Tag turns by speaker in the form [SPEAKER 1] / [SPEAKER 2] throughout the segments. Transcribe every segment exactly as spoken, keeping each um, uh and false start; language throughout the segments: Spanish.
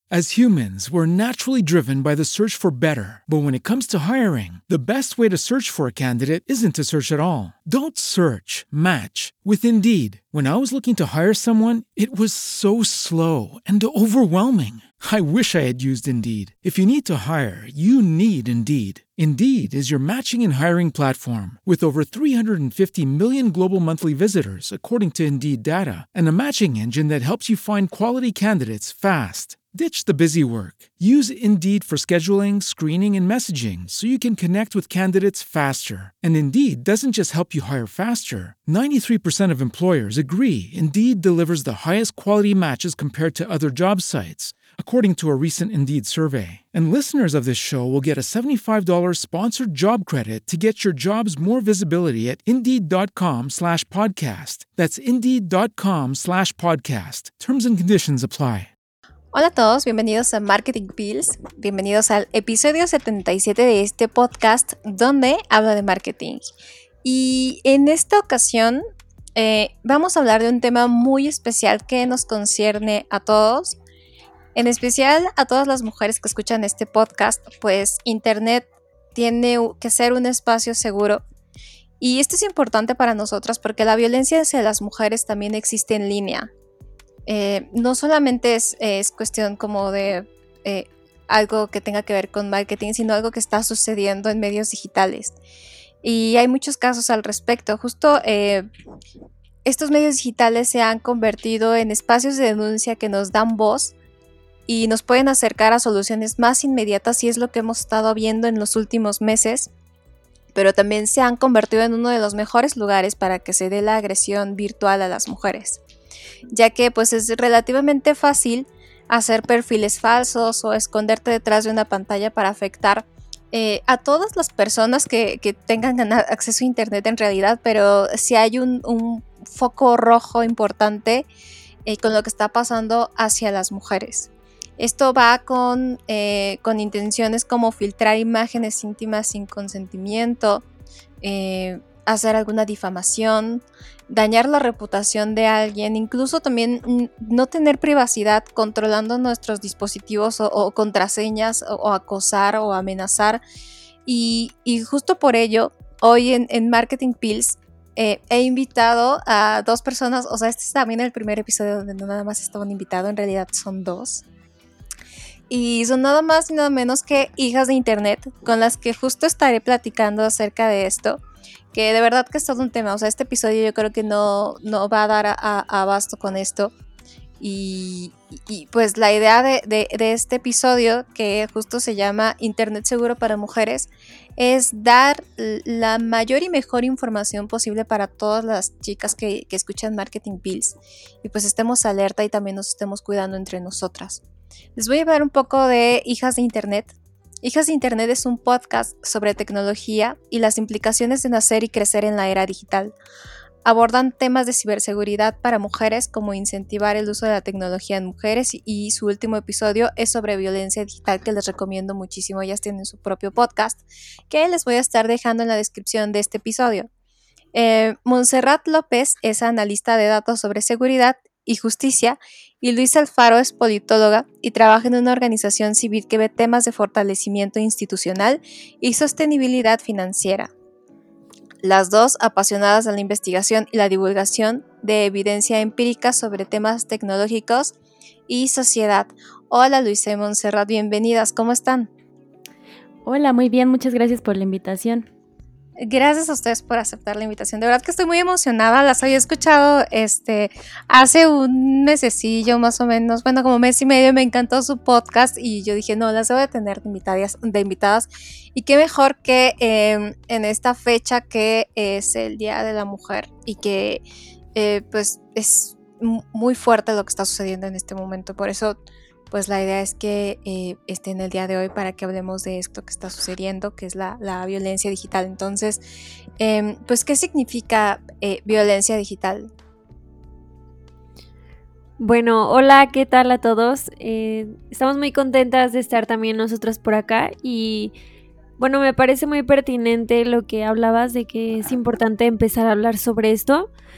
[SPEAKER 1] As humans, we're naturally driven by the search for better. But when it comes to hiring, the best way to search for a candidate isn't to search at all. Don't search, match with Indeed. When I was looking to hire someone, it was so slow and overwhelming. I wish I had used Indeed. If you need to hire, you need Indeed. Indeed is your matching and hiring platform with over three hundred fifty million global monthly visitors, according to Indeed data, and a matching engine that helps you find quality candidates fast. Ditch the busy work. Use Indeed for scheduling, screening, and messaging so you can connect with candidates faster. And Indeed doesn't just help you hire faster. ninety-three percent of employers agree Indeed delivers the highest quality matches compared to other job sites, according to a recent Indeed survey. And listeners of this show will get a seventy-five dollars sponsored job credit to get your jobs more visibility at Indeed.com slash podcast. That's Indeed.com slash podcast. Terms and conditions apply.
[SPEAKER 2] Hola a todos, bienvenidos a Marketing Pills, bienvenidos al episodio setenta y siete de este podcast donde hablo de marketing. Y en esta ocasión eh, vamos a hablar de un tema muy especial que nos concierne a todos, en especial a todas las mujeres que escuchan este podcast, pues Internet tiene que ser un espacio seguro. Y esto es importante para nosotras porque la violencia hacia las mujeres también existe en línea. Eh, no solamente es, es cuestión como de eh, algo que tenga que ver con marketing, sino algo que está sucediendo en medios digitales. Y hay muchos casos al respecto. Justo eh, estos medios digitales se han convertido en espacios de denuncia que nos dan voz y nos pueden acercar a soluciones más inmediatas, y es lo que hemos estado viendo en los últimos meses. Pero también se han convertido en uno de los mejores lugares para que se dé la agresión virtual a las mujeres, ya que pues es relativamente fácil hacer perfiles falsos o esconderte detrás de una pantalla para afectar eh, a todas las personas que, que tengan acceso a internet en realidad, pero si hay un, un foco rojo importante eh, con lo que está pasando hacia las mujeres. Esto va con, eh, con intenciones como filtrar imágenes íntimas sin consentimiento, eh, hacer alguna difamación, dañar la reputación de alguien, incluso también no tener privacidad controlando nuestros dispositivos o, o contraseñas o, o acosar o amenazar. Y, y justo por ello, hoy en, en Marketing Pills eh, he invitado a dos personas, o sea, este es también el primer episodio donde no nada más está un invitado, en realidad son dos. Y son nada más y nada menos que hijas de internet, con las que justo estaré platicando acerca de esto, que de verdad que es todo un tema. O sea, este episodio yo creo que no, no va a dar a, a abasto con esto. Y, y pues la idea de, de, de este episodio, que justo se llama Internet Seguro para Mujeres, es dar la mayor y mejor información posible para todas las chicas que, que escuchan Marketing Pills, y pues estemos alerta y también nos estemos cuidando entre nosotras. Les voy a hablar un poco de Hijas de Internet. Hijas de Internet es un podcast sobre tecnología y las implicaciones de nacer y crecer en la era digital. Abordan temas de ciberseguridad para mujeres, como incentivar el uso de la tecnología en mujeres, y su último episodio es sobre violencia digital, que les recomiendo muchísimo. Ellas tienen su propio podcast que les voy a estar dejando en la descripción de este episodio. Eh, Montserrat López es analista de datos sobre seguridad y justicia, y Luis Alfaro es politóloga y trabaja en una organización civil que ve temas de fortalecimiento institucional y sostenibilidad financiera. Las dos apasionadas de la investigación y la divulgación de evidencia empírica sobre temas tecnológicos y sociedad. Hola Luisa y Montserrat, bienvenidas, ¿cómo están?
[SPEAKER 3] Hola, muy bien, muchas gracias por la invitación.
[SPEAKER 2] Gracias a ustedes por aceptar la invitación. De verdad que estoy muy emocionada. Las había escuchado este, hace un mesecillo más o menos, bueno, como mes y medio. Me encantó su podcast y yo dije, no, las debo de tener de invitadas. De invitadas. Y qué mejor que eh, en esta fecha que es el Día de la Mujer, y que eh, pues es muy fuerte lo que está sucediendo en este momento. Por eso pues la idea es que eh, estén el día de hoy para que hablemos de esto que está sucediendo, que es la, la violencia digital. Entonces, eh, pues, ¿qué significa eh, violencia digital?
[SPEAKER 3] Bueno, hola, ¿qué tal a todos? Eh, estamos muy contentas de estar también nosotros por acá, y bueno, me parece muy pertinente lo que hablabas de que es importante empezar a hablar sobre esto,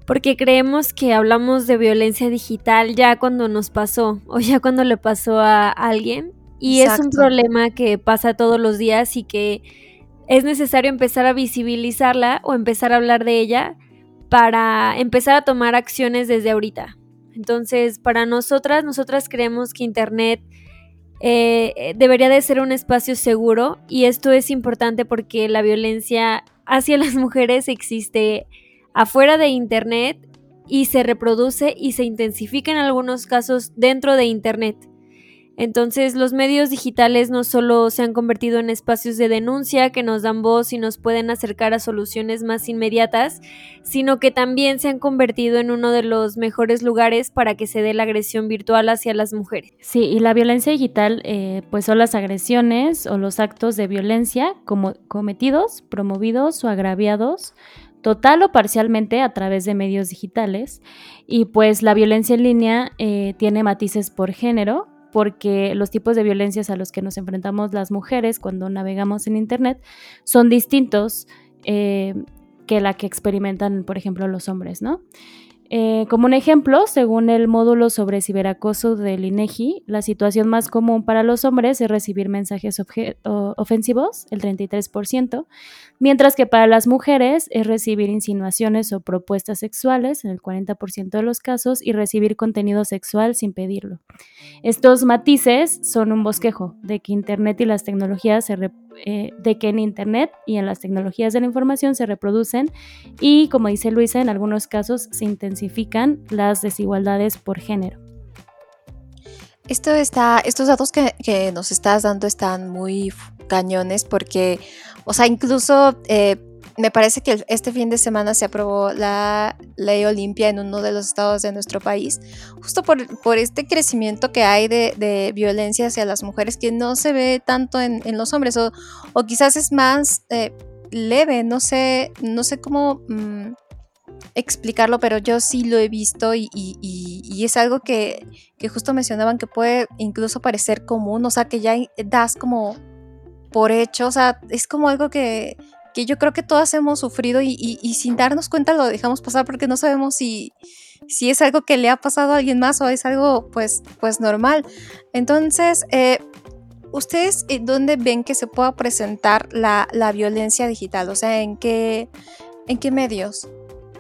[SPEAKER 3] porque creemos que hablamos de violencia digital ya cuando nos pasó o ya cuando le pasó a alguien, y Exacto. Es un problema que pasa todos los días y que es necesario empezar a visibilizarla o empezar a hablar de ella para empezar a tomar acciones desde ahorita. Entonces, para nosotras, nosotras creemos que Internet eh, debería de ser un espacio seguro, y esto es importante porque la violencia hacia las mujeres existe afuera de Internet y se reproduce y se intensifica en algunos casos dentro de Internet. Entonces, los medios digitales no solo se han convertido en espacios de denuncia que nos dan voz y nos pueden acercar a soluciones más inmediatas, sino que también se han convertido en uno de los mejores lugares para que se dé la agresión virtual hacia las mujeres.
[SPEAKER 4] Sí, y la violencia digital eh, pues son las agresiones o los actos de violencia como cometidos, promovidos o agraviados total o parcialmente a través de medios digitales. Y pues la violencia en línea eh, tiene matices por género, porque los tipos de violencias a los que nos enfrentamos las mujeres cuando navegamos en Internet son distintos eh, que la que experimentan, por ejemplo, los hombres, ¿no? Eh, como un ejemplo, según el módulo sobre ciberacoso del INEGI, la situación más común para los hombres es recibir mensajes obje- o- ofensivos, el treinta y tres por ciento, mientras que para las mujeres es recibir insinuaciones o propuestas sexuales, en el cuarenta por ciento de los casos, y recibir contenido sexual sin pedirlo. Estos matices son un bosquejo de que Internet y las tecnologías se re- eh, de que en Internet y en las tecnologías de la información se reproducen y, como dice Luisa, en algunos casos se intensifican las desigualdades por género.
[SPEAKER 2] Esto está, estos datos que, que nos estás dando están muy cañones porque, o sea, incluso eh, me parece que este fin de semana se aprobó la ley Olimpia en uno de los estados de nuestro país, justo por, por este crecimiento que hay de, de violencia hacia las mujeres que no se ve tanto en, en los hombres, o, o quizás es más eh, leve, no sé, no sé cómo mmm, explicarlo, pero yo sí lo he visto y, y, y, y es algo que, que justo mencionaban que puede incluso parecer común, o sea, que ya das como por hecho, o sea, es como algo que, que yo creo que todas hemos sufrido y, y, y sin darnos cuenta lo dejamos pasar porque no sabemos si, si es algo que le ha pasado a alguien más o es algo pues, pues normal. Entonces, eh, ¿ustedes dónde ven que se pueda presentar la, la violencia digital? O sea, ¿en qué, en qué medios?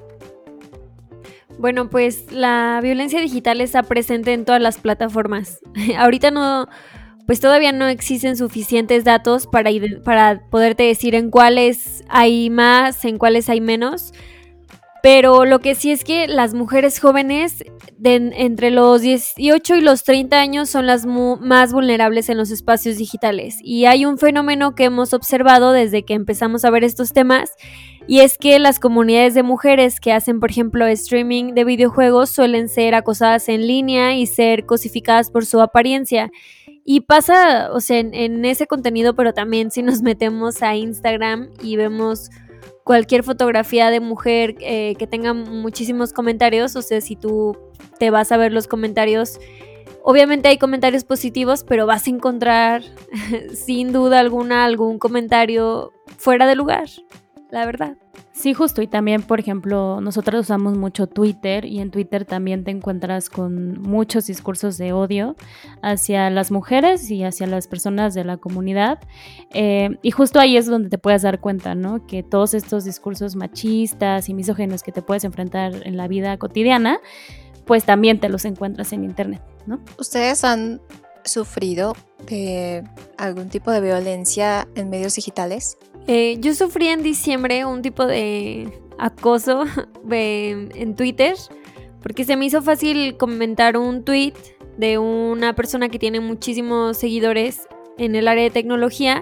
[SPEAKER 3] Bueno, pues la violencia digital está presente en todas las plataformas. Ahorita no, pues todavía no existen suficientes datos para, para poderte decir en cuáles hay más, en cuáles hay menos. Pero lo que sí es que las mujeres jóvenes de entre los dieciocho y los treinta años son las mu- más vulnerables en los espacios digitales. Y hay un fenómeno que hemos observado desde que empezamos a ver estos temas, y es que las comunidades de mujeres que hacen, por ejemplo, streaming de videojuegos suelen ser acosadas en línea y ser cosificadas por su apariencia. Y pasa, o sea, en, en ese contenido, pero también si nos metemos a Instagram y vemos cualquier fotografía de mujer eh, que tenga muchísimos comentarios, o sea, si tú te vas a ver los comentarios, obviamente hay comentarios positivos, pero vas a encontrar sin duda alguna algún comentario fuera de lugar, la verdad.
[SPEAKER 4] Sí, justo, y también, por ejemplo, nosotros usamos mucho Twitter y en Twitter también te encuentras con muchos discursos de odio hacia las mujeres y hacia las personas de la comunidad, eh, y justo ahí es donde te puedes dar cuenta, ¿no? Que todos estos discursos machistas y misóginos que te puedes enfrentar en la vida cotidiana, pues también te los encuentras en Internet, ¿no?
[SPEAKER 2] ¿Ustedes han sufrido de algún tipo de violencia en medios digitales?
[SPEAKER 3] Eh, yo sufrí en diciembre un tipo de acoso de, en Twitter, porque se me hizo fácil comentar un tweet de una persona que tiene muchísimos seguidores en el área de tecnología,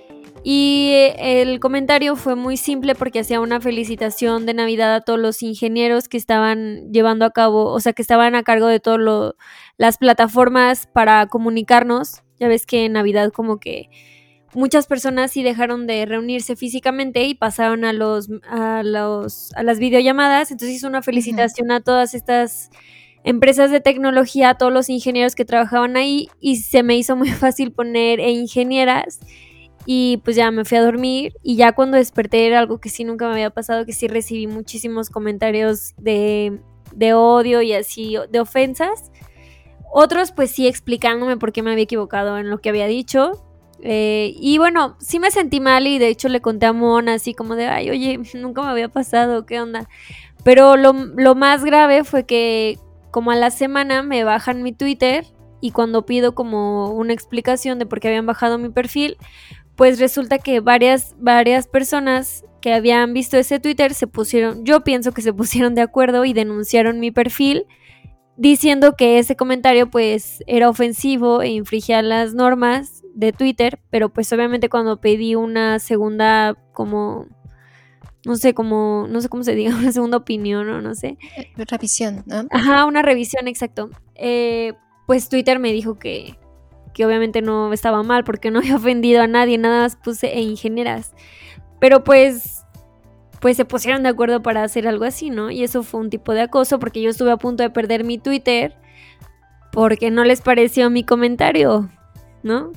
[SPEAKER 3] y el comentario fue muy simple porque hacía una felicitación de Navidad a todos los ingenieros que estaban llevando a cabo, o sea, que estaban a cargo de todas las plataformas para comunicarnos. Ya ves que en Navidad como que muchas personas sí dejaron de reunirse físicamente y pasaron a los a los a las videollamadas. Entonces hizo una felicitación uh-huh. a todas estas empresas de tecnología, a todos los ingenieros que trabajaban ahí, y se me hizo muy fácil poner e ingenieras, y pues ya me fui a dormir y ya cuando desperté era algo que sí nunca me había pasado, que sí recibí muchísimos comentarios de, de odio y así, de ofensas. Otros pues sí explicándome por qué me había equivocado en lo que había dicho. Eh, y bueno, sí me sentí mal y de hecho le conté a Mona así como de, ay, oye, nunca me había pasado, ¿qué onda? Pero lo, lo más grave fue que como a la semana me bajan mi Twitter y cuando pido como una explicación de por qué habían bajado mi perfil, pues resulta que varias, varias personas que habían visto ese Twitter se pusieron, yo pienso que se pusieron de acuerdo y denunciaron mi perfil diciendo que ese comentario pues era ofensivo e infringía las normas de Twitter, pero pues obviamente cuando pedí una segunda como, no sé, como, no sé cómo se diga, una segunda opinión o no sé.
[SPEAKER 2] Revisión, ¿no?
[SPEAKER 3] Ajá, una revisión, exacto. Eh, pues Twitter me dijo que, que obviamente no estaba mal porque no había ofendido a nadie, nada más puse e ingenieras. Pero pues... pues se pusieron de acuerdo para hacer algo así, ¿no? Y eso fue un tipo de acoso porque yo estuve a punto de perder mi Twitter porque no les pareció mi comentario, ¿no?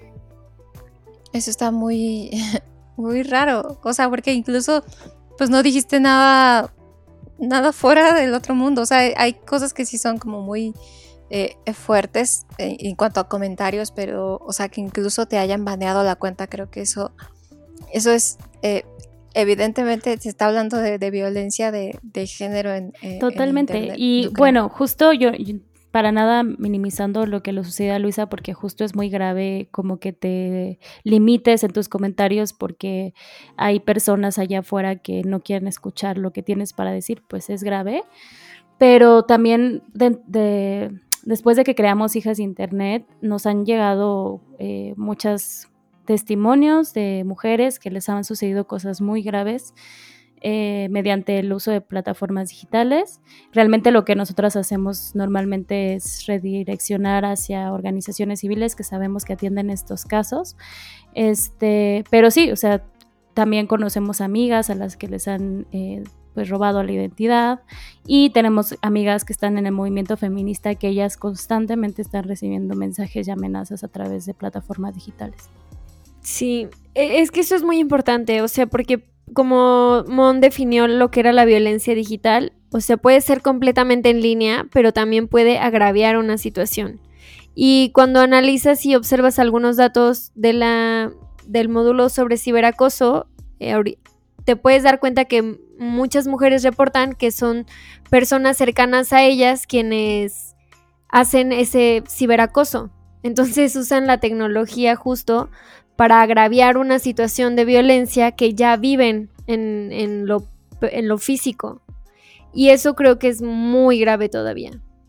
[SPEAKER 2] Eso está muy, muy raro. O sea, porque incluso, pues no dijiste nada, nada fuera del otro mundo. O sea, hay cosas que sí son como muy eh, fuertes eh, en cuanto a comentarios, pero, o sea, que incluso te hayan baneado la cuenta, creo que eso, eso es... Eh, evidentemente se está hablando de, de violencia de, de género en, en
[SPEAKER 4] Totalmente.
[SPEAKER 2] en internet,
[SPEAKER 4] Y
[SPEAKER 2] yo creo.
[SPEAKER 4] bueno, justo yo, yo para nada minimizando lo que le sucede a Luisa, porque justo es muy grave como que te limites en tus comentarios porque hay personas allá afuera que no quieren escuchar lo que tienes para decir, pues es grave. Pero también de, de, después de que creamos Hijas de Internet, nos han llegado eh, muchas testimonios de mujeres que les han sucedido cosas muy graves eh, mediante el uso de plataformas digitales. Realmente lo que nosotras hacemos normalmente es redireccionar hacia organizaciones civiles que sabemos que atienden estos casos. Este, pero sí, o sea, también conocemos amigas a las que les han eh, pues robado la identidad y tenemos amigas que están en el movimiento feminista que ellas constantemente están recibiendo mensajes y amenazas a través de plataformas digitales.
[SPEAKER 3] Sí, es que eso es muy importante, o sea, porque como Mon definió lo que era la violencia digital, o sea, puede ser completamente en línea, pero también puede agraviar una situación. Y cuando analizas y observas algunos datos de la, del módulo sobre ciberacoso, eh, te puedes dar cuenta que muchas mujeres reportan que son personas cercanas a ellas quienes hacen ese ciberacoso. Entonces usan la tecnología justo para agraviar una situación de violencia que ya viven en, en, lo, en lo físico. Y eso creo que es muy grave todavía.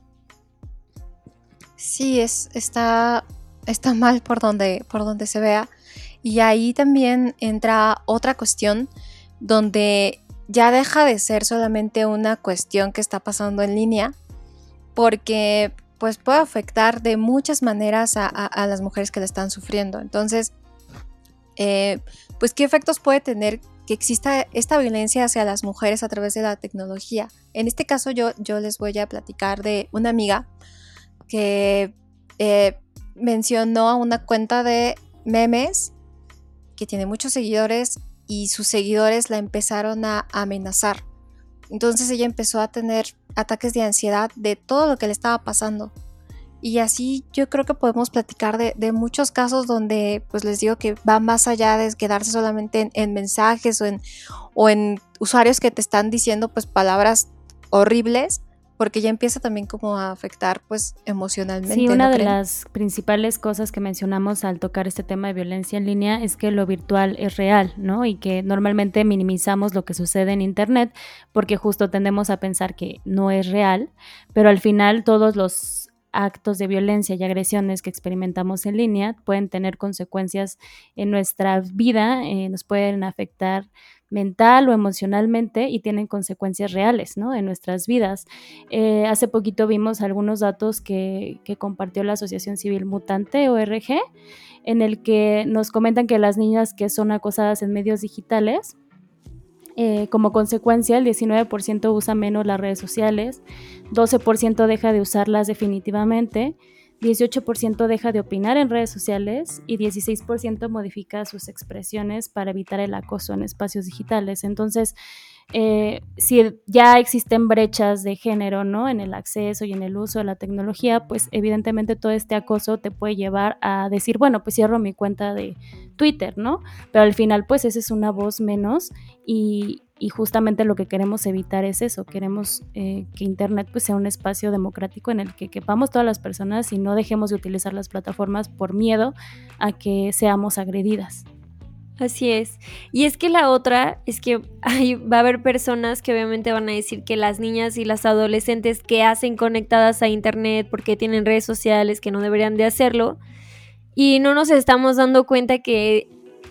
[SPEAKER 2] Sí, es, está, está mal por donde, por donde se vea. Y ahí también entra otra cuestión donde ya deja de ser solamente una cuestión que está pasando en línea, porque pues puede afectar de muchas maneras a, a, a las mujeres que la están sufriendo. Entonces, eh, pues qué efectos puede tener que exista esta violencia hacia las mujeres a través de la tecnología. En este caso yo, yo les voy a platicar de una amiga que eh, mencionó a una cuenta de memes que tiene muchos seguidores y sus seguidores la empezaron a amenazar. Entonces ella empezó a tener ataques de ansiedad de todo lo que le estaba pasando. Y así yo creo que podemos platicar de, de muchos casos donde, pues les digo que va más allá de quedarse solamente en, en mensajes o en, o en usuarios que te están diciendo pues palabras horribles, porque ya empieza también como a afectar pues emocionalmente.
[SPEAKER 4] Sí, una
[SPEAKER 2] ¿no
[SPEAKER 4] de
[SPEAKER 2] creen?
[SPEAKER 4] las principales cosas que mencionamos al tocar este tema de violencia en línea es que lo virtual es real, ¿no? Y que normalmente minimizamos lo que sucede en internet porque justo tendemos a pensar que no es real, pero al final todos los actos de violencia y agresiones que experimentamos en línea pueden tener consecuencias en nuestra vida, eh, nos pueden afectar mental o emocionalmente y tienen consecuencias reales, ¿no? En nuestras vidas. Eh, hace poquito vimos algunos datos que, que compartió la Asociación Civil Mutante O R G, en el que nos comentan que las niñas que son acosadas en medios digitales, Eh, como consecuencia, el diecinueve por ciento usa menos las redes sociales, doce por ciento deja de usarlas definitivamente, dieciocho por ciento deja de opinar en redes sociales y dieciséis por ciento modifica sus expresiones para evitar el acoso en espacios digitales. Entonces, eh, si ya existen brechas de género, ¿no?, en el acceso y en el uso de la tecnología, pues evidentemente todo este acoso te puede llevar a decir, bueno, pues cierro mi cuenta de Twitter, ¿no? Pero al final, pues esa es una voz menos y, y justamente lo que queremos evitar es eso, queremos eh, que Internet pues sea un espacio democrático en el que quepamos todas las personas y no dejemos de utilizar las plataformas por miedo a que seamos agredidas.
[SPEAKER 3] Así es. Y es que la otra es que hay, va a haber personas que obviamente van a decir que las niñas y las adolescentes que hacen conectadas a internet porque tienen redes sociales que no deberían de hacerlo, y no nos estamos dando cuenta que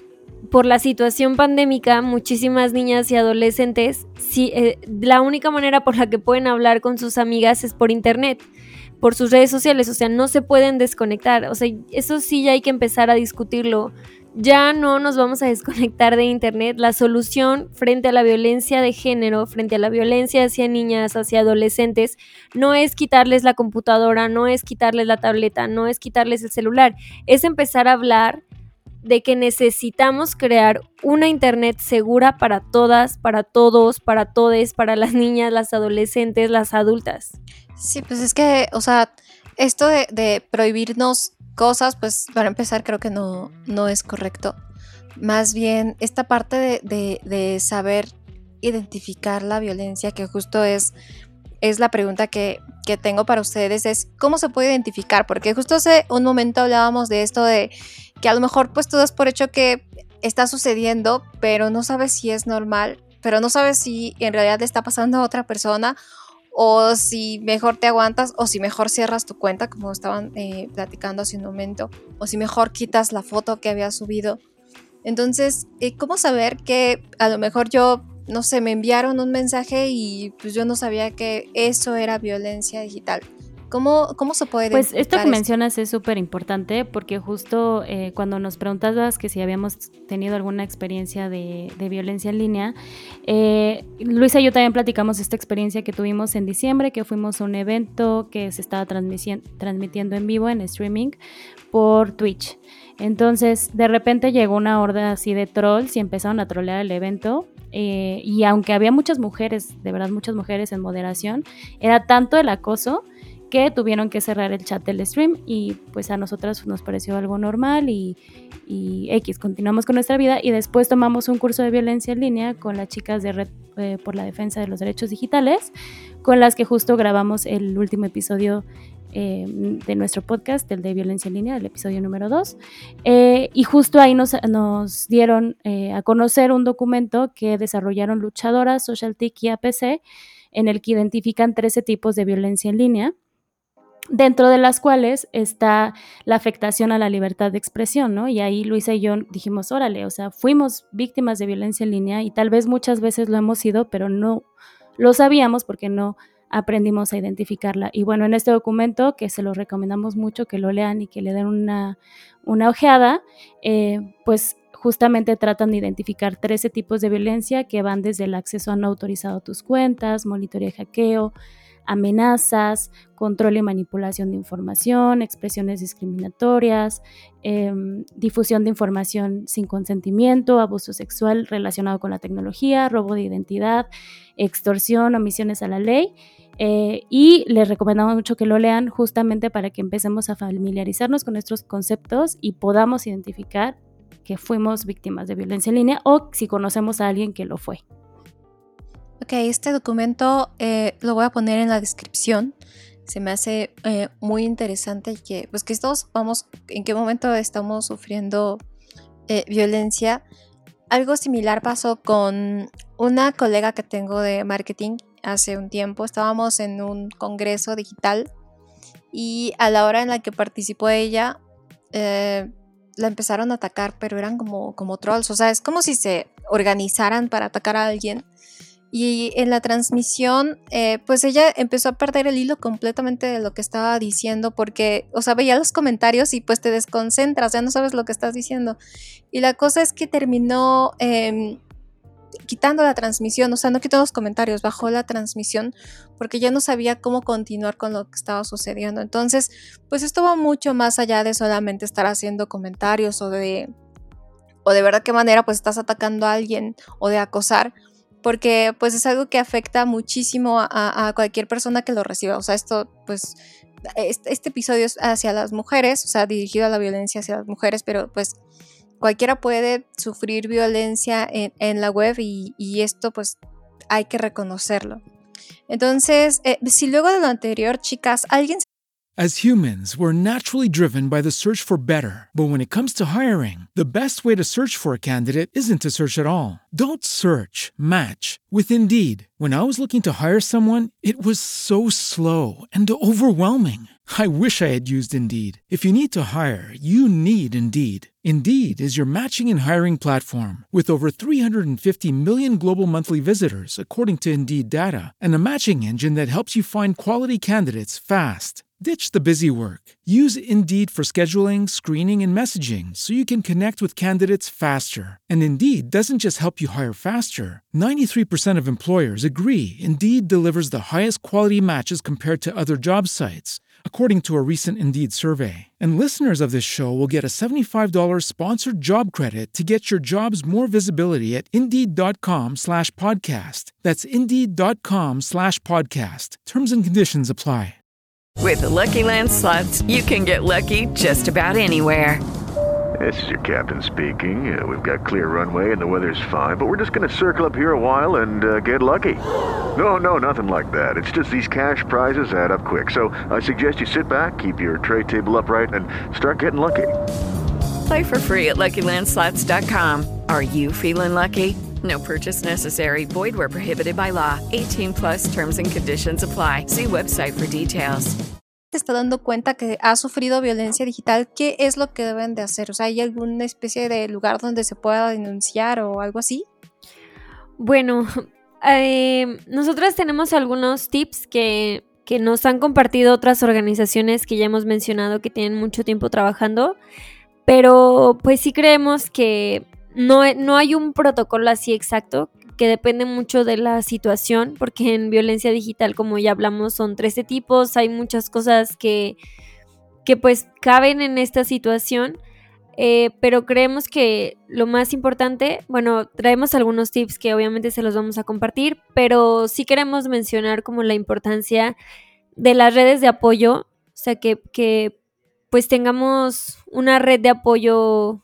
[SPEAKER 3] por la situación pandémica muchísimas niñas y adolescentes, sí, eh, la única manera por la que pueden hablar con sus amigas es por internet, por sus redes sociales, o sea, no se pueden desconectar, o sea, eso sí ya hay que empezar a discutirlo. Ya no nos vamos a desconectar de internet. La solución frente a la violencia de género, frente a la violencia hacia niñas, hacia adolescentes, no es quitarles la computadora, no es quitarles la tableta, no es quitarles el celular, es empezar a hablar de que necesitamos crear una internet segura para todas, para todos, para todes, para las niñas, las adolescentes, las adultas.
[SPEAKER 2] Sí, pues es que, o sea, esto de, de prohibirnos cosas, pues para empezar creo que no, no es correcto. Más bien esta parte de, de, de saber identificar la violencia, que justo es, es la pregunta que, que tengo para ustedes, es ¿cómo se puede identificar? Porque justo hace un momento hablábamos de esto de que a lo mejor pues tú das por hecho que está sucediendo, pero no sabes si es normal, pero no sabes si en realidad le está pasando a otra persona, o si mejor te aguantas, o si mejor cierras tu cuenta, como estaban eh, platicando hace un momento, o si mejor quitas la foto que habías subido. Entonces, eh, ¿cómo saber que a lo mejor yo, no sé, me enviaron un mensaje y pues yo no sabía que eso era violencia digital? ¿Cómo, cómo se puede
[SPEAKER 4] Pues esto que
[SPEAKER 2] esto?
[SPEAKER 4] mencionas es súper importante porque justo eh, cuando nos preguntabas que si habíamos tenido alguna experiencia de, de violencia en línea, eh, Luisa y yo también platicamos esta experiencia que tuvimos en diciembre, que fuimos a un evento que se estaba transmitiendo en vivo en streaming por Twitch. Entonces de repente llegó una horda así de trolls y empezaron a trolear el evento. Eh, y aunque había muchas mujeres, de verdad muchas mujeres en moderación, era tanto el acoso que tuvieron que cerrar el chat del stream y pues a nosotras nos pareció algo normal y, y X, continuamos con nuestra vida y después tomamos un curso de violencia en línea con las chicas de Red eh, por la Defensa de los Derechos Digitales, con las que justo grabamos el último episodio eh, de nuestro podcast, el de violencia en línea, el episodio número dos, eh, y justo ahí nos, nos dieron eh, a conocer un documento que desarrollaron luchadoras, SocialTIC y A P C, en el que identifican trece tipos de violencia en línea, dentro de las cuales está la afectación a la libertad de expresión, ¿no? Y ahí Luisa y yo dijimos, órale, o sea, fuimos víctimas de violencia en línea y tal vez muchas veces lo hemos sido, pero no lo sabíamos porque no aprendimos a identificarla. Y bueno, en este documento, que se lo recomendamos mucho, que lo lean y que le den una, una ojeada, eh, pues justamente tratan de identificar trece tipos de violencia que van desde el acceso no autorizado a tus cuentas, monitoreo y hackeo, amenazas, control y manipulación de información, expresiones discriminatorias, eh, difusión de información sin consentimiento, abuso sexual relacionado con la tecnología, robo de identidad, extorsión, omisiones a la ley. Eh, y les recomendamos mucho que lo lean justamente para que empecemos a familiarizarnos con estos conceptos y podamos identificar que fuimos víctimas de violencia en línea o si conocemos a alguien que lo fue.
[SPEAKER 2] Ok, este documento eh, lo voy a poner en la descripción. Se me hace eh, muy interesante que, pues que todos vamos, en qué momento estamos sufriendo eh, violencia. Algo similar pasó con una colega que tengo de marketing hace un tiempo. Estábamos en un congreso digital y a la hora en la que participó ella, eh, la empezaron a atacar, pero eran como, como trolls. O sea, es como si se organizaran para atacar a alguien. Y en la transmisión, eh, pues ella empezó a perder el hilo completamente de lo que estaba diciendo porque, o sea, veía los comentarios y pues te desconcentras, ya no sabes lo que estás diciendo. Y la cosa es que terminó eh, quitando la transmisión, o sea, no quitó los comentarios, bajó la transmisión porque ya no sabía cómo continuar con lo que estaba sucediendo. Entonces, pues esto va mucho más allá de solamente estar haciendo comentarios o de, o de verdad qué manera pues estás atacando a alguien o de acosar, porque pues es algo que afecta muchísimo a, a cualquier persona que lo reciba. O sea, esto pues, este, este episodio es hacia las mujeres, o sea, dirigido a la violencia hacia las mujeres, pero pues cualquiera puede sufrir violencia en, en la web y, y esto pues hay que reconocerlo. Entonces, eh, si luego de lo anterior, chicas, alguien...
[SPEAKER 1] As humans, we're naturally driven by the search for better. But when it comes to hiring, the best way to search for a candidate isn't to search at all. Don't search, match with Indeed. When I was looking to hire someone, it was so slow and overwhelming. I wish I had used Indeed. If you need to hire, you need Indeed. Indeed is your matching and hiring platform with over three hundred fifty million global monthly visitors, according to Indeed data, and a matching engine that helps you find quality candidates fast. Ditch the busy work. Use Indeed for scheduling, screening, and messaging so you can connect with candidates faster. And Indeed doesn't just help you hire faster. ninety-three percent of employers agree Indeed delivers the highest quality matches compared to other job sites, according to a recent Indeed survey. And listeners of this show will get a seventy-five dollars sponsored job credit to get your jobs more visibility at Indeed.com slash podcast. That's Indeed.com slash podcast. Terms and conditions apply.
[SPEAKER 5] With the Lucky Land Slots, you can get lucky just about anywhere.
[SPEAKER 6] This is your captain speaking. Uh, we've got clear runway and the weather's fine, but we're just going to circle up here a while and uh, get lucky. No, no, nothing like that. It's just these cash prizes add up quick. So I suggest you sit back, keep your tray table upright, and start getting lucky.
[SPEAKER 5] Play for free at Lucky Land Slots dot com. Are you feeling lucky? No purchase necessary. Void where prohibited by law. eighteen plus terms and conditions apply. See website for details.
[SPEAKER 2] Te está dando cuenta que ha sufrido violencia digital, ¿qué es lo que deben de hacer? O sea, ¿hay alguna especie de lugar donde se pueda denunciar o algo así?
[SPEAKER 3] Bueno, eh, nosotras tenemos algunos tips que, que nos han compartido otras organizaciones que ya hemos mencionado que tienen mucho tiempo trabajando, pero pues sí creemos que no, no hay un protocolo así exacto, que depende mucho de la situación, porque en violencia digital, como ya hablamos, son trece tipos, hay muchas cosas que, que pues caben en esta situación, eh, pero creemos que lo más importante, bueno, traemos algunos tips que obviamente se los vamos a compartir, pero sí queremos mencionar como la importancia de las redes de apoyo, o sea, que, que pues tengamos una red de apoyo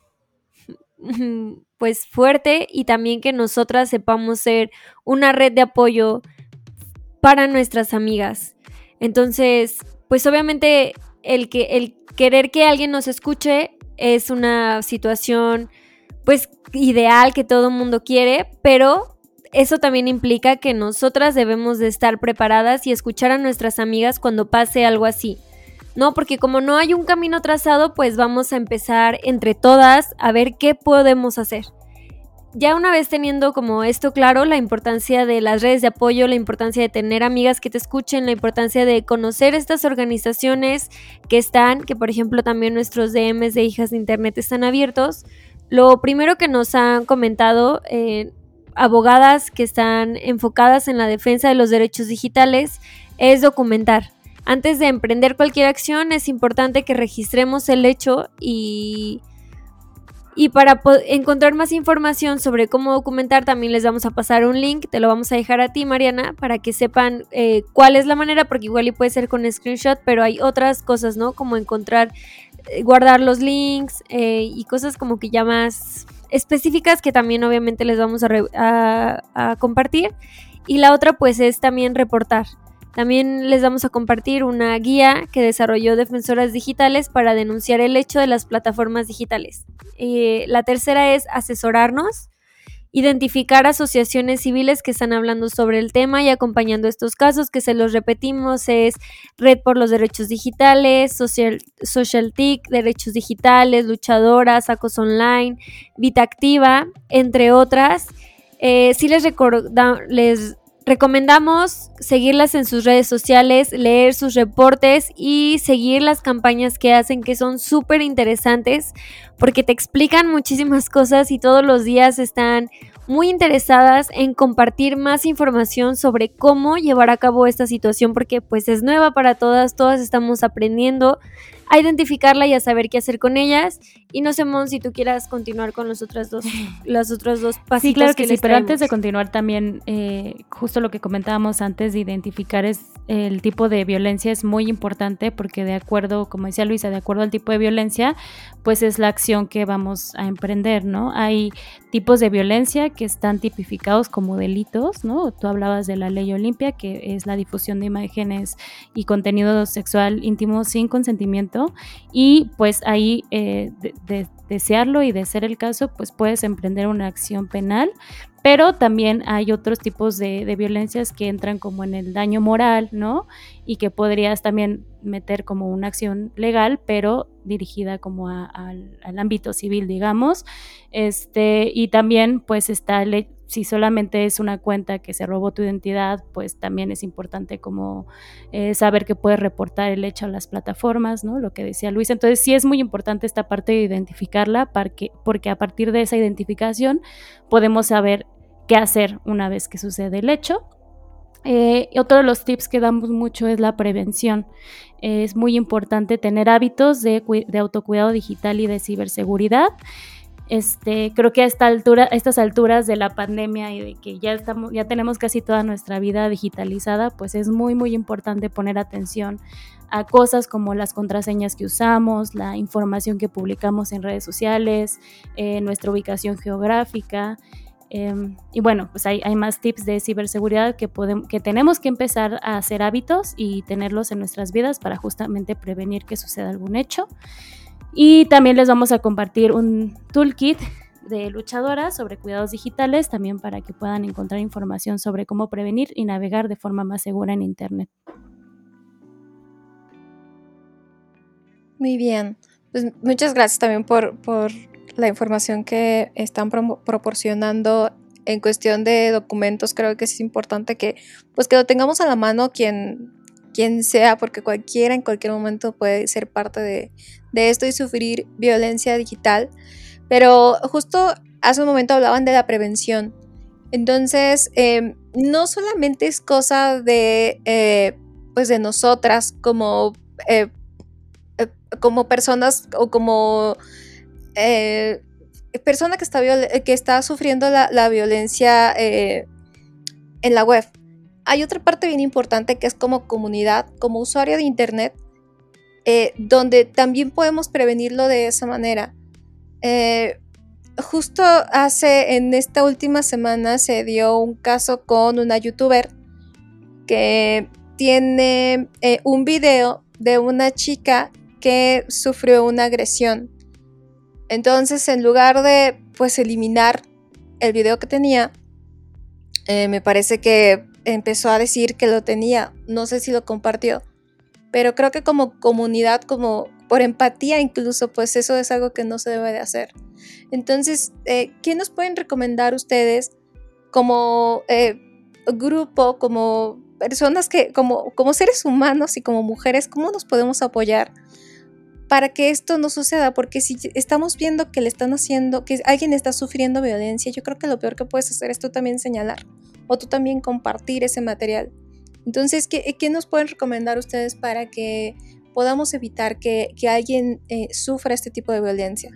[SPEAKER 3] pues fuerte, y también que nosotras sepamos ser una red de apoyo para nuestras amigas. Entonces, pues obviamente el que el querer que alguien nos escuche es una situación pues ideal que todo el mundo quiere, pero eso también implica que nosotras debemos de estar preparadas y escuchar a nuestras amigas cuando pase algo así. No, porque como no hay un camino trazado, pues vamos a empezar entre todas a ver qué podemos hacer. Ya una vez teniendo como esto claro, la importancia de las redes de apoyo, la importancia de tener amigas que te escuchen, la importancia de conocer estas organizaciones que están, que por ejemplo también nuestros D Ms de Hijas de Internet están abiertos. Lo primero que nos han comentado eh, abogadas que están enfocadas en la defensa de los derechos digitales es documentar. Antes de emprender cualquier acción es importante que registremos el hecho y, y para po- encontrar más información sobre cómo documentar también les vamos a pasar un link, te lo vamos a dejar a ti, Mariana, para que sepan eh, cuál es la manera, porque igual y puede ser con screenshot, pero hay otras cosas, ¿no? Como encontrar, eh, guardar los links eh, y cosas como que ya más específicas que también obviamente les vamos a, re- a, a compartir. Y la otra pues es también reportar. También les vamos a compartir una guía que desarrolló Defensoras Digitales para denunciar el hecho de las plataformas digitales. Eh, la tercera es asesorarnos, identificar asociaciones civiles que están hablando sobre el tema y acompañando estos casos, que se los repetimos, es Red por los Derechos Digitales, Social, Social T I C, Derechos Digitales, Luchadoras, Acoso Online, Vita Activa, entre otras. Eh, sí les, recorda- les recomendamos seguirlas en sus redes sociales, leer sus reportes y seguir las campañas que hacen, que son súper interesantes porque te explican muchísimas cosas y todos los días están muy interesadas en compartir más información sobre cómo llevar a cabo esta situación, porque pues es nueva para todas, todas estamos aprendiendo a identificarla y a saber qué hacer con ellas. Y no sé, Mon, si tú quieras continuar con los otras dos, los otros dos pasitos.
[SPEAKER 4] Sí, claro que, que sí,
[SPEAKER 3] les
[SPEAKER 4] pero
[SPEAKER 3] traemos.
[SPEAKER 4] Antes de continuar también, eh, justo lo que comentábamos antes de identificar es el tipo de violencia es muy importante, porque de acuerdo, como decía Luisa, de acuerdo al tipo de violencia, pues es la acción que vamos a emprender, ¿no? Hay tipos de violencia que están tipificados como delitos, ¿no? Tú hablabas de la Ley Olimpia, que es la difusión de imágenes y contenido sexual íntimo sin consentimiento, y pues ahí eh, de, de desearlo y de ser el caso, pues puedes emprender una acción penal. Pero también hay otros tipos de, de violencias que entran como en el daño moral, ¿no? Y que podrías también meter como una acción legal, pero dirigida como a, a, al ámbito civil, digamos. Este, y también pues está, el, si solamente es una cuenta que se robó tu identidad, pues también es importante como eh, saber que puedes reportar el hecho a las plataformas, ¿no? Lo que decía Luis. Entonces sí es muy importante esta parte de identificarla, porque, porque a partir de esa identificación podemos saber qué hacer una vez que sucede el hecho. Eh, otro de los tips que damos mucho es la prevención. Eh, es muy importante tener hábitos de, de autocuidado digital y de ciberseguridad. Este, creo que a esta altura, a estas alturas de la pandemia y de que ya estamos, ya tenemos casi toda nuestra vida digitalizada, pues es muy muy importante poner atención a cosas como las contraseñas que usamos, la información que publicamos en redes sociales, eh, nuestra ubicación geográfica. Eh, y bueno, pues hay, hay más tips de ciberseguridad que, podemos, que tenemos que empezar a hacer hábitos y tenerlos en nuestras vidas para justamente prevenir que suceda algún hecho. Y también les vamos a compartir un toolkit de luchadoras sobre cuidados digitales, también para que puedan encontrar información sobre cómo prevenir y navegar de forma más segura en Internet.
[SPEAKER 2] Muy bien, pues muchas gracias también por, por la información que están pro- proporcionando en cuestión de documentos. Creo que es importante que, pues, que lo tengamos a la mano quien, quien sea, porque cualquiera en cualquier momento puede ser parte de, de esto y sufrir violencia digital. Pero justo hace un momento hablaban de la prevención. Entonces, eh, no solamente es cosa de, eh, pues de nosotras como, eh, eh, como personas o como eh, persona que está, viol- que está sufriendo la, la violencia eh, en la web. Hay otra parte bien importante que es como comunidad, como usuario de internet, eh, donde también podemos prevenirlo de esa manera. Eh, justo hace, en esta última semana se dio un caso con una youtuber que tiene eh, un video de una chica que sufrió una agresión. Entonces, en lugar de pues eliminar el video que tenía, eh, me parece que empezó a decir que lo tenía. No sé si lo compartió, pero creo que como comunidad, como por empatía incluso, pues eso es algo que no se debe de hacer. Entonces, eh, ¿qué nos pueden recomendar ustedes como eh, grupo, como personas que, como, como seres humanos y como mujeres, cómo nos podemos apoyar para que esto no suceda? Porque si estamos viendo que le están haciendo, que alguien está sufriendo violencia, yo creo que lo peor que puedes hacer es tú también señalar o tú también compartir ese material. Entonces, ¿qué, qué nos pueden recomendar ustedes para que podamos evitar que, que alguien eh, sufra este tipo de violencia?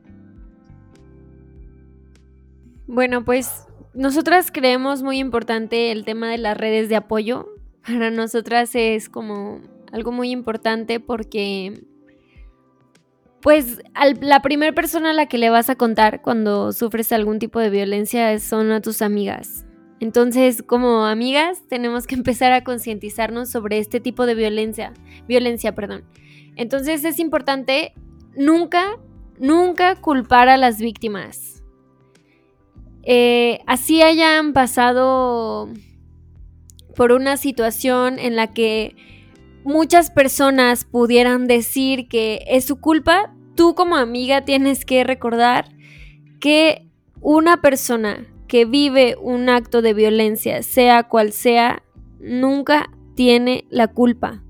[SPEAKER 3] Bueno, pues nosotras creemos muy importante el tema de las redes de apoyo. Para nosotras es como algo muy importante porque pues al, la primera persona a la que le vas a contar cuando sufres algún tipo de violencia son a tus amigas. Entonces, como amigas, tenemos que empezar a concientizarnos sobre este tipo de violencia, violencia, perdón. Entonces es importante nunca, nunca culpar a las víctimas. Eh, así hayan pasado por una situación en la que muchas personas pudieran decir que es su culpa, tú como amiga tienes que recordar que una persona que vive un acto de violencia, sea cual sea, nunca tiene la culpa.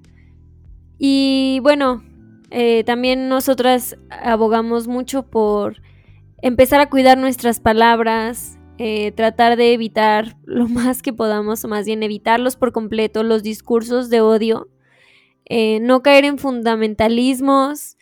[SPEAKER 3] Y bueno, eh, también nosotras abogamos mucho por empezar a cuidar nuestras palabras, eh, tratar de evitar lo más que podamos, o más bien evitarlos por completo, los discursos de odio, eh, no caer en fundamentalismos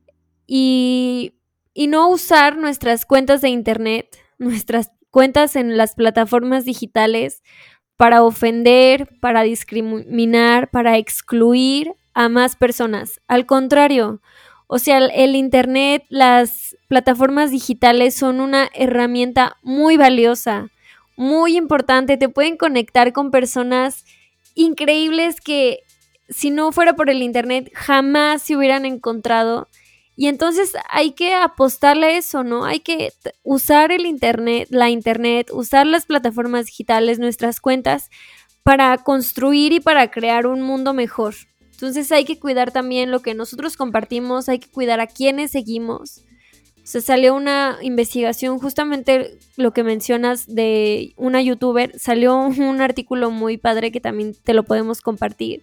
[SPEAKER 3] y, y no usar nuestras cuentas de internet, nuestras cuentas en las plataformas digitales para ofender, para discriminar, para excluir a más personas. Al contrario, o sea, el internet, las plataformas digitales son una herramienta muy valiosa, muy importante. Te pueden conectar con personas increíbles que si no fuera por el internet jamás se hubieran encontrado. Y entonces hay que apostarle a eso, ¿no? Hay que t- usar el internet, la internet, usar las plataformas digitales, nuestras cuentas, para construir y para crear un mundo mejor. Entonces hay que cuidar también lo que nosotros compartimos, hay que cuidar a quienes seguimos. O sea, salió una investigación, justamente lo que mencionas de una youtuber, salió un artículo muy padre que también te lo podemos compartir,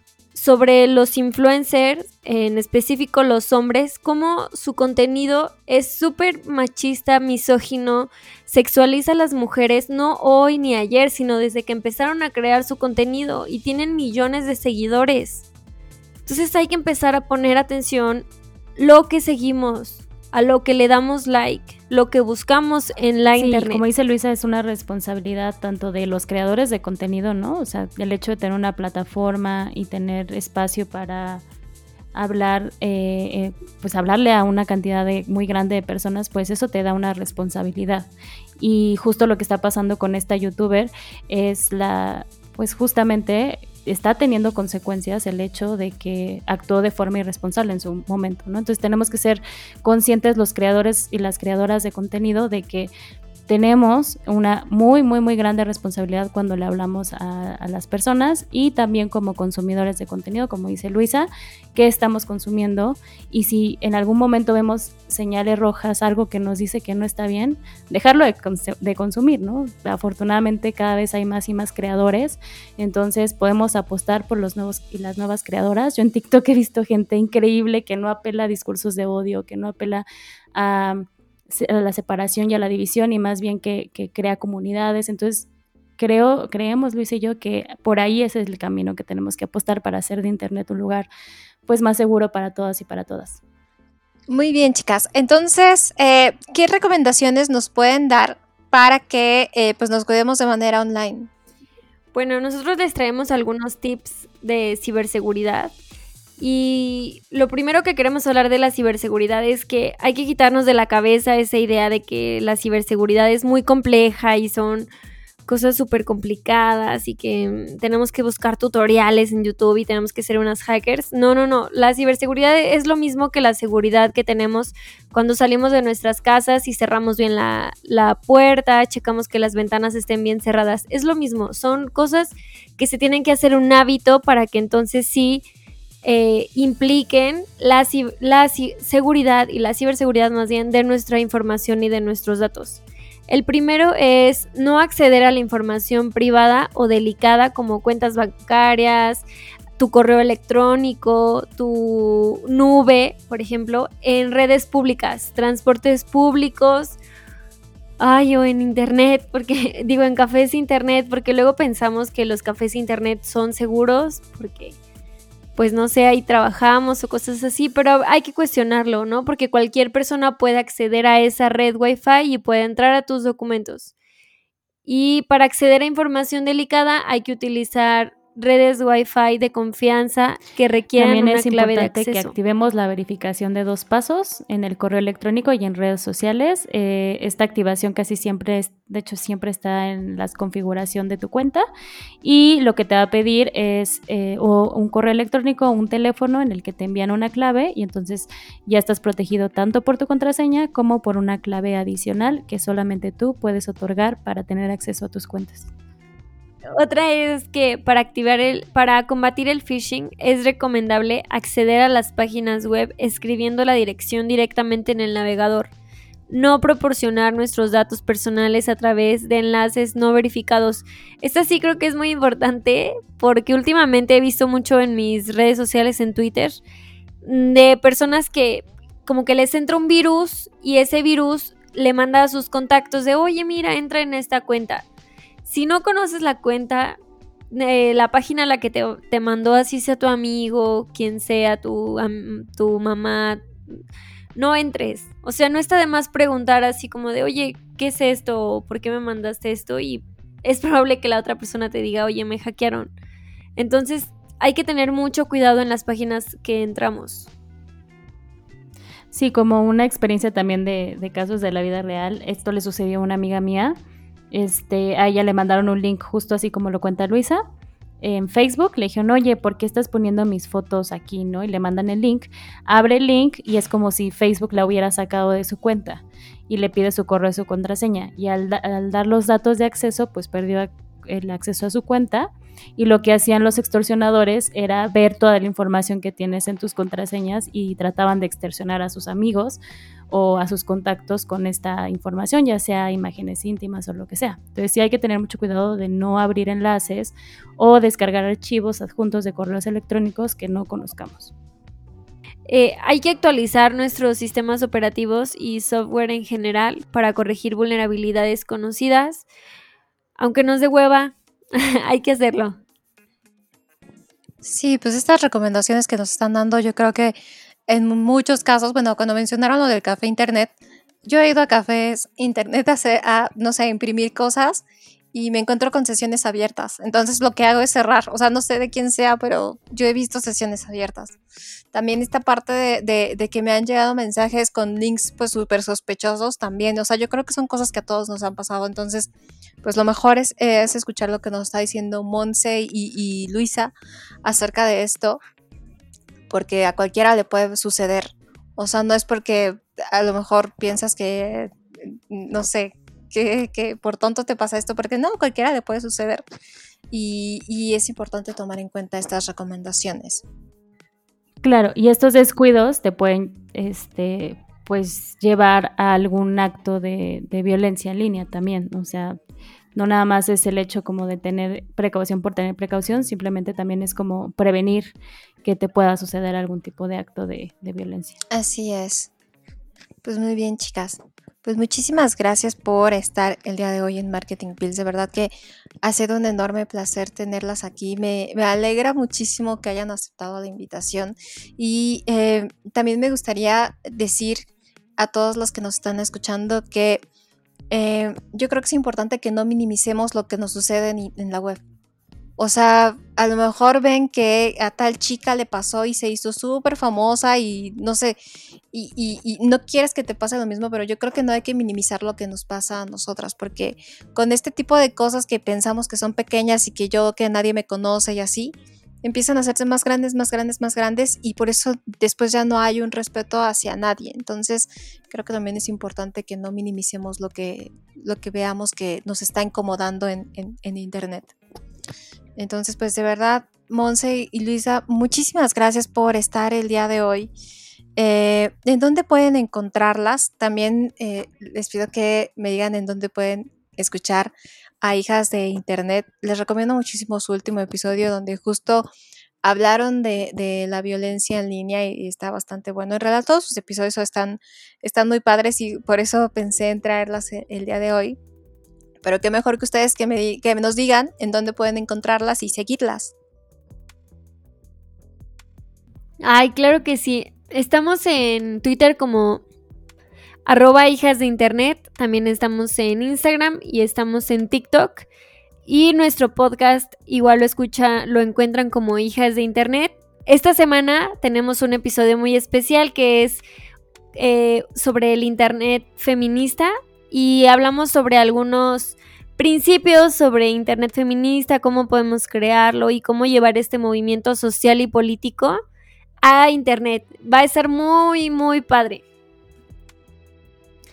[SPEAKER 3] sobre los influencers, en específico los hombres, cómo su contenido es súper machista, misógino, sexualiza a las mujeres, no hoy ni ayer, sino desde que empezaron a crear su contenido y tienen millones de seguidores. Entonces hay que empezar a poner atención lo que seguimos, a lo que le damos like, lo que buscamos en la
[SPEAKER 4] sí,
[SPEAKER 3] internet.
[SPEAKER 4] Como dice Luisa, es una responsabilidad tanto de los creadores de contenido, ¿no? O sea, el hecho de tener una plataforma y tener espacio para hablar, eh, eh, pues hablarle a una cantidad de, muy grande de personas, pues eso te da una responsabilidad. Y justo lo que está pasando con esta youtuber es la, pues justamente está teniendo consecuencias el hecho de que actuó de forma irresponsable en su momento, ¿no? Entonces tenemos que ser conscientes los creadores y las creadoras de contenido de que tenemos una muy, muy, muy grande responsabilidad cuando le hablamos a, a las personas y también como consumidores de contenido, como dice Luisa, qué estamos consumiendo y si en algún momento vemos señales rojas, algo que nos dice que no está bien, dejarlo de, cons- de consumir, ¿no? Afortunadamente cada vez hay más y más creadores, entonces podemos apostar por los nuevos y las nuevas creadoras. Yo en TikTok he visto gente increíble que no apela a discursos de odio, que no apela a a la separación y a la división y más bien que, que crea comunidades. Entonces creo, creemos Luis y yo que por ahí ese es el camino que tenemos que apostar para hacer de internet un lugar pues más seguro para todas y para todas.
[SPEAKER 2] Muy bien, chicas. Entonces, eh, ¿qué recomendaciones nos pueden dar para que eh, pues nos cuidemos de manera online?
[SPEAKER 3] Bueno, nosotros les traemos algunos tips de ciberseguridad. Y lo primero que queremos hablar de la ciberseguridad es que hay que quitarnos de la cabeza esa idea de que la ciberseguridad es muy compleja y son cosas súper complicadas y que tenemos que buscar tutoriales en YouTube y tenemos que ser unas hackers. No, no, no. La ciberseguridad es lo mismo que la seguridad que tenemos cuando salimos de nuestras casas y cerramos bien la, la puerta, checamos que las ventanas estén bien cerradas. Es lo mismo. Son cosas que se tienen que hacer un hábito para que entonces sí Eh, impliquen la, la seguridad y la ciberseguridad más bien de nuestra información y de nuestros datos. El primero es no acceder a la información privada o delicada como cuentas bancarias, tu correo electrónico, tu nube, por ejemplo, en redes públicas, transportes públicos, ay, o en internet, porque digo en cafés internet, porque luego pensamos que los cafés internet son seguros, porque pues no sé, ahí trabajamos o cosas así, pero hay que cuestionarlo, ¿no? Porque cualquier persona puede acceder a esa red Wi-Fi y puede entrar a tus documentos. Y para acceder a información delicada hay que utilizar redes Wi-Fi de confianza que requieran
[SPEAKER 4] También
[SPEAKER 3] una
[SPEAKER 4] es
[SPEAKER 3] clave de
[SPEAKER 4] importante
[SPEAKER 3] acceso.
[SPEAKER 4] que activemos la verificación de dos pasos en el correo electrónico y en redes sociales. Eh, esta activación casi siempre, es, de hecho siempre está en la configuración de tu cuenta y lo que te va a pedir es eh, o un correo electrónico o un teléfono en el que te envían una clave y entonces ya estás protegido tanto por tu contraseña como por una clave adicional que solamente tú puedes otorgar para tener acceso a tus cuentas.
[SPEAKER 3] Otra es que para activar el, para combatir el phishing es recomendable acceder a las páginas web escribiendo la dirección directamente en el navegador. no proporcionar nuestros datos personales a través de enlaces no verificados. Esta sí creo que es muy importante porque últimamente he visto mucho en mis redes sociales, en Twitter, de personas que como que les entra un virus y ese virus le manda a sus contactos de, oye, mira, entra en esta cuenta. Si no conoces la cuenta, eh, la página a la que te, te mandó, así sea tu amigo, quien sea, tu, um, tu mamá, no entres. O sea, no está de más preguntar así como de, oye, ¿qué es esto? ¿Por qué me mandaste esto? Y es probable que la otra persona te diga, oye, me hackearon. Entonces, hay que tener mucho cuidado en las páginas que entramos.
[SPEAKER 4] Sí, como una experiencia también de, de casos de la vida real. Esto le sucedió a una amiga mía. Este, a ella le mandaron un link justo así como lo cuenta Luisa. En Facebook le dijeron, oye, ¿por qué estás poniendo mis fotos aquí, no? Y le mandan el link, abre el link y es como si Facebook la hubiera sacado de su cuenta y le pide su correo y su contraseña. Y al, da- al dar los datos de acceso, pues perdió el acceso a su cuenta. Y lo que hacían los extorsionadores era ver toda la información que tienes en tus contraseñas y trataban de extorsionar a sus amigos o a sus contactos con esta información, ya sea imágenes íntimas o lo que sea. Entonces sí hay que tener mucho cuidado de no abrir enlaces o descargar archivos adjuntos de correos electrónicos que no conozcamos.
[SPEAKER 3] Eh, hay que actualizar nuestros sistemas operativos y software en general para corregir vulnerabilidades conocidas. Aunque nos dé hueva, hay que hacerlo.
[SPEAKER 2] Sí, pues estas recomendaciones que nos están dando, yo creo que en muchos casos, bueno, cuando mencionaron lo del café internet, yo he ido a cafés internet a, hacer, a, no sé, a imprimir cosas y me encuentro con sesiones abiertas. Entonces lo que hago es cerrar. O sea, no sé de quién sea, pero yo he visto sesiones abiertas. También esta parte de, de, de que me han llegado mensajes con links pues súper sospechosos también. O sea, yo creo que son cosas que a todos nos han pasado. Entonces, pues lo mejor es, es escuchar lo que nos está diciendo Monse y, y Luisa acerca de esto, porque a cualquiera le puede suceder. O sea, no es porque a lo mejor piensas que, no sé, que, que por tonto te pasa esto, porque no, a cualquiera le puede suceder. Y, y es importante tomar en cuenta estas recomendaciones.
[SPEAKER 4] Claro, y estos descuidos te pueden este, pues, llevar a algún acto de, de violencia en línea también. O sea, no nada más es el hecho como de tener precaución por tener precaución, simplemente también es como prevenir que te pueda suceder algún tipo de acto de, de violencia.
[SPEAKER 2] Así es. Pues muy bien, chicas. Pues muchísimas gracias por estar el día de hoy en Marketing Pills. De verdad que ha sido un enorme placer tenerlas aquí. Me, me alegra muchísimo que hayan aceptado la invitación. Y eh, también me gustaría decir a todos los que nos están escuchando que eh, yo creo que es importante que no minimicemos lo que nos sucede en, en la web. O sea, a lo mejor ven que a tal chica le pasó y se hizo súper famosa y no sé, y, y, y no quieres que te pase lo mismo, pero yo creo que no hay que minimizar lo que nos pasa a nosotras, porque con este tipo de cosas que pensamos que son pequeñas y que yo, que nadie me conoce y así, empiezan a hacerse más grandes, más grandes, más grandes y por eso después ya no hay un respeto hacia nadie. Entonces, creo que también es importante que no minimicemos lo que, lo que veamos que nos está incomodando en, en, en internet. Entonces, pues de verdad, Monse y Luisa, muchísimas gracias por estar el día de hoy. Eh, ¿En dónde pueden encontrarlas? También eh, les pido que me digan en dónde pueden escuchar a Hijas de Internet. Les recomiendo muchísimo su último episodio donde justo hablaron de, de la violencia en línea y, y está bastante bueno. En realidad todos sus episodios están, están muy padres y por eso pensé en traerlas el, el día de hoy. Pero qué mejor que ustedes que, me, que nos digan en dónde pueden encontrarlas y seguirlas.
[SPEAKER 3] Ay, claro que sí. Estamos en Twitter como arroba hijas de internet. También estamos en Instagram y estamos en TikTok. Y nuestro podcast igual lo escucha, lo encuentran como Hijas de Internet. Esta semana tenemos un episodio muy especial que es eh, sobre el internet feminista. Y hablamos sobre algunos principios sobre internet feminista, cómo podemos crearlo y cómo llevar este movimiento social y político a internet. Va a estar muy, muy padre.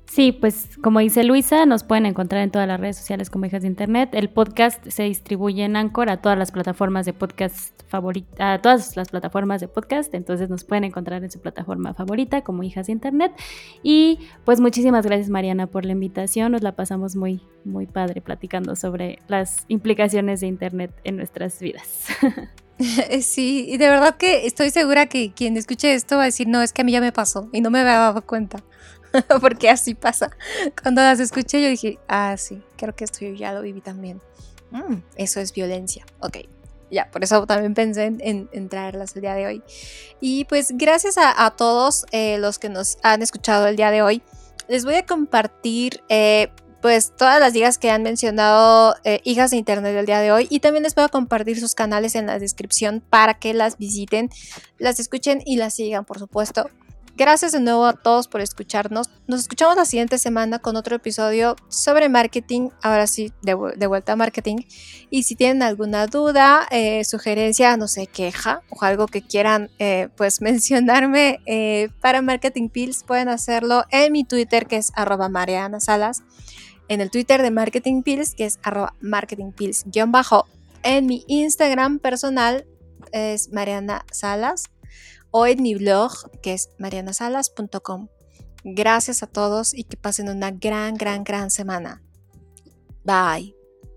[SPEAKER 4] Sí, pues como dice Luisa, nos pueden encontrar en todas las redes sociales como Hijas de Internet. El podcast se distribuye en Anchor a todas las plataformas de podcast favorita, a todas las plataformas de podcast, entonces nos pueden encontrar en su plataforma favorita como Hijas de Internet. Y pues muchísimas gracias, Mariana, por la invitación. Nos la pasamos muy, muy padre platicando sobre las implicaciones de Internet en nuestras vidas.
[SPEAKER 2] Sí, y de verdad que estoy segura que quien escuche esto va a decir, no, es que a mí ya me pasó y no me había dado cuenta. Porque así pasa. Cuando las escuché yo dije, ah, sí, creo que esto yo ya lo viví también. Mm, eso es violencia. Ok, ya, por eso también pensé en, en, en traerlas el día de hoy. Y pues gracias a, a todos eh, los que nos han escuchado el día de hoy. Les voy a compartir eh, pues todas las ligas que han mencionado eh, Hijas de Internet el día de hoy. Y también les voy a compartir sus canales en la descripción para que las visiten, las escuchen y las sigan, por supuesto. Gracias de nuevo a todos por escucharnos. Nos escuchamos la siguiente semana con otro episodio sobre marketing. Ahora sí, de, de vuelta a marketing. Y si tienen alguna duda, eh, sugerencia, no sé, queja o algo que quieran eh, pues mencionarme eh, para Marketing Pills, pueden hacerlo en mi Twitter, que es arroba Mariana Salas. En el Twitter de Marketing Pills, que es arroba Marketing Pills guión bajo. En mi Instagram personal es Mariana Salas. O en mi blog, que es mariana salas punto com. Gracias a todos y que pasen una gran, gran, gran semana. Bye.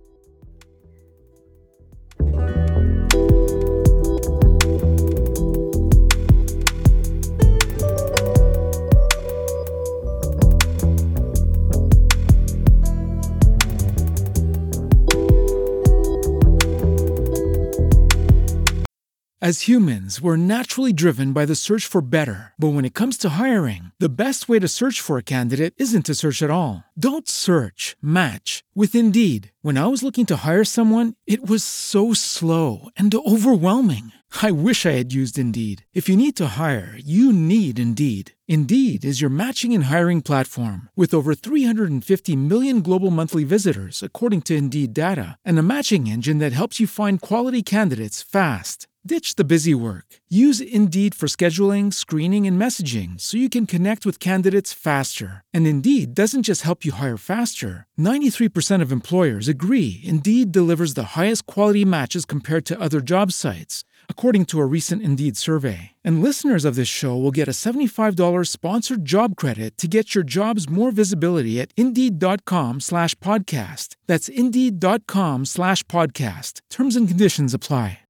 [SPEAKER 1] As humans, we're naturally driven by the search for better. But when it comes to hiring, the best way to search for a candidate isn't to search at all. Don't search, match with Indeed. When I was looking to hire someone, it was so slow and overwhelming. I wish I had used Indeed. If you need to hire, you need Indeed. Indeed is your matching and hiring platform with over three hundred fifty million global monthly visitors, according to Indeed data, and a matching engine that helps you find quality candidates fast. Ditch the busy work. Use Indeed for scheduling, screening, and messaging so you can connect with candidates faster. And Indeed doesn't just help you hire faster. ninety-three percent of employers agree Indeed delivers the highest quality matches compared to other job sites, according to a recent Indeed survey. And listeners of this show will get a seventy-five dollars sponsored job credit to get your jobs more visibility at Indeed.com slash podcast. That's Indeed.com slash podcast. Terms and conditions apply.